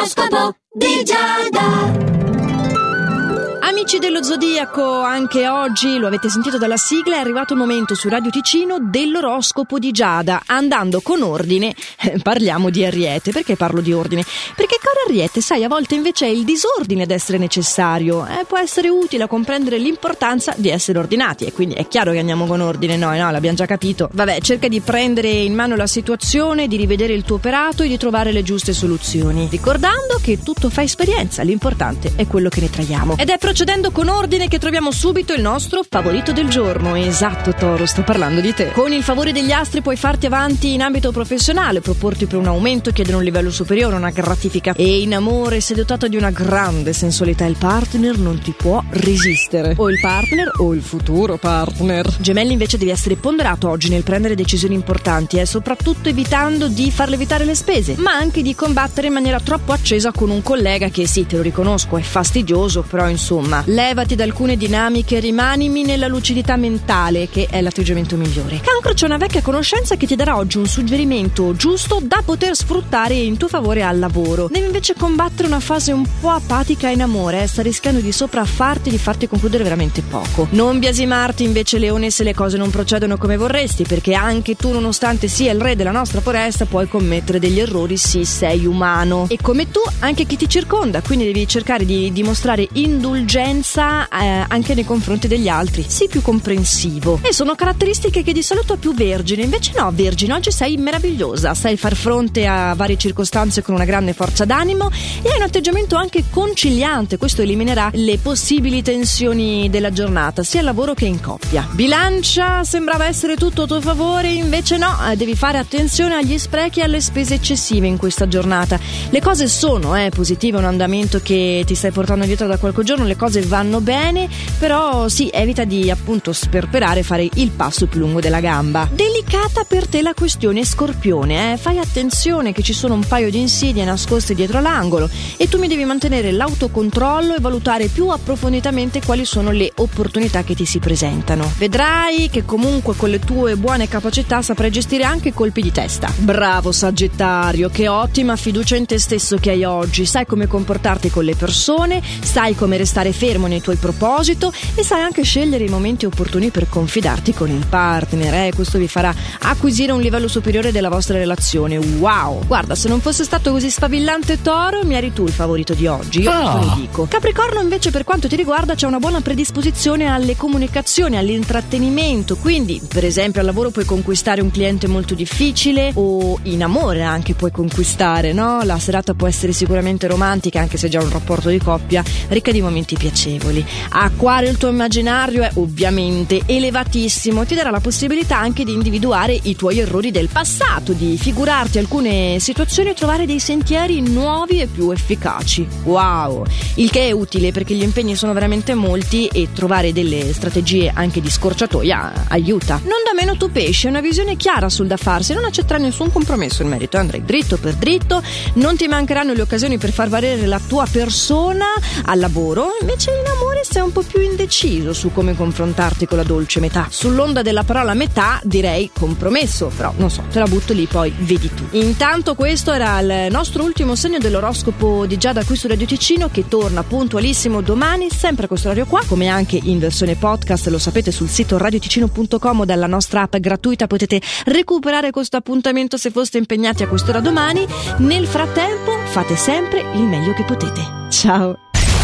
L'oroscopo di Giada. Amici dello Zodiaco, anche oggi, lo avete sentito dalla sigla, è arrivato il momento su Radio Ticino dell'oroscopo di Giada. Andando con ordine, parliamo di Ariete. Perché parlo di ordine? Perché, caro Ariete, sai, a volte invece è il disordine ad essere necessario. Può essere utile a comprendere l'importanza di essere ordinati, e quindi è chiaro che andiamo con ordine, no, l'abbiamo già capito. Vabbè, cerca di prendere in mano la situazione, di rivedere il tuo operato e di trovare le giuste soluzioni, ricordando che tutto fa esperienza, l'importante è quello che ne traiamo. Ed è procedendo con ordine che troviamo subito il nostro favorito del giorno. Esatto, Toro, sto parlando di te. Con il favore degli astri puoi farti avanti in ambito professionale, proporti per un aumento, chiedere un livello superiore, una gratifica. E in amore sei dotato di una grande sensualità, il partner non ti può resistere. O il partner o il futuro partner. Gemelli, invece, devi essere ponderato oggi nel prendere decisioni importanti, soprattutto evitando di far lievitare le spese, ma anche di combattere in maniera troppo accesa con un collega che, sì, te lo riconosco, è fastidioso, però insomma levati da alcune dinamiche e rimanimi nella lucidità mentale, che è l'atteggiamento migliore. Cancro, c'è una vecchia conoscenza che ti darà oggi un suggerimento giusto da poter sfruttare in tuo favore al lavoro. Devi invece combattere una fase un po' apatica in amore, sta rischiando di sopraffarti, di farti concludere veramente poco. Non biasimarti invece, Leone, se le cose non procedono come vorresti, perché anche tu, nonostante sia il re della nostra foresta, puoi commettere degli errori. Sì, sei umano, e come tu anche chi ti circonda, quindi devi cercare di dimostrare indulgenza anche nei confronti degli altri. Sii più comprensivo. E sono caratteristiche che di solito ha più Vergine, invece no, Vergine, oggi sei meravigliosa, sai far fronte a varie circostanze con una grande forza d'animo e hai un atteggiamento anche conciliante. Questo eliminerà le possibili tensioni della giornata, sia al lavoro che in coppia. Bilancia, sembrava essere tutto a tuo favore, invece no, devi fare attenzione agli sprechi e alle spese eccessive in questa giornata. Le cose sono positive, un andamento che ti stai portando dietro da qualche giorno, le cose vanno bene, però sì, evita di appunto sperperare, fare il passo più lungo della gamba. Delicata per te la questione Scorpione, fai attenzione che ci sono un paio di insidie nascoste dietro l'angolo e tu mi devi mantenere l'autocontrollo e valutare più approfonditamente quali sono le opportunità che ti si presentano. Vedrai che comunque con le tue buone capacità saprai gestire anche colpi di testa. Bravo Sagittario, che ottima fiducia in te stesso che hai oggi, sai come comportarti con le persone, sai come restare fermo nei tuoi propositi e sai anche scegliere i momenti opportuni per confidarti con il partner. Questo vi farà acquisire un livello superiore della vostra relazione. Wow! Guarda, se non fosse stato così sfavillante, Toro, mi eri tu il favorito di oggi, io te lo dico. Capricorno, invece, per quanto ti riguarda c'è una buona predisposizione alle comunicazioni, all'intrattenimento, quindi per esempio al lavoro puoi conquistare un cliente molto difficile, o in amore anche puoi conquistare, no? La serata può essere sicuramente romantica, anche se già un rapporto di coppia, ricca di momenti piacevoli. Acquario, il tuo immaginario è ovviamente elevatissimo, ti darà la possibilità anche di individuare i tuoi errori del passato, di figurarti alcune situazioni e trovare dei sentieri nuovi e più efficaci. Wow! Il che è utile perché gli impegni sono veramente molti e trovare delle strategie anche di scorciatoia aiuta. Non da meno tu, Pesce, una visione chiara sul da farsi, non accetterai nessun compromesso in merito, andrai dritto per dritto, non ti mancheranno le occasioni per far valere la tua persona al lavoro, invece in amore sei un po' più indeciso su come confrontarti con la dolce metà. Sull'onda della parola metà direi compromesso, però non so, te la butto lì, poi vedi tu. Intanto questo era il nostro ultimo segno dell'oroscopo di Giada qui su Radio Ticino, che torna puntualissimo domani, sempre a questo orario qua, come anche in versione podcast, lo sapete, sul sito radioticino.com, dalla nostra app gratuita potete recuperare questo appuntamento se foste impegnati a quest'ora domani. Nel frattempo fate sempre il meglio che potete. Ciao!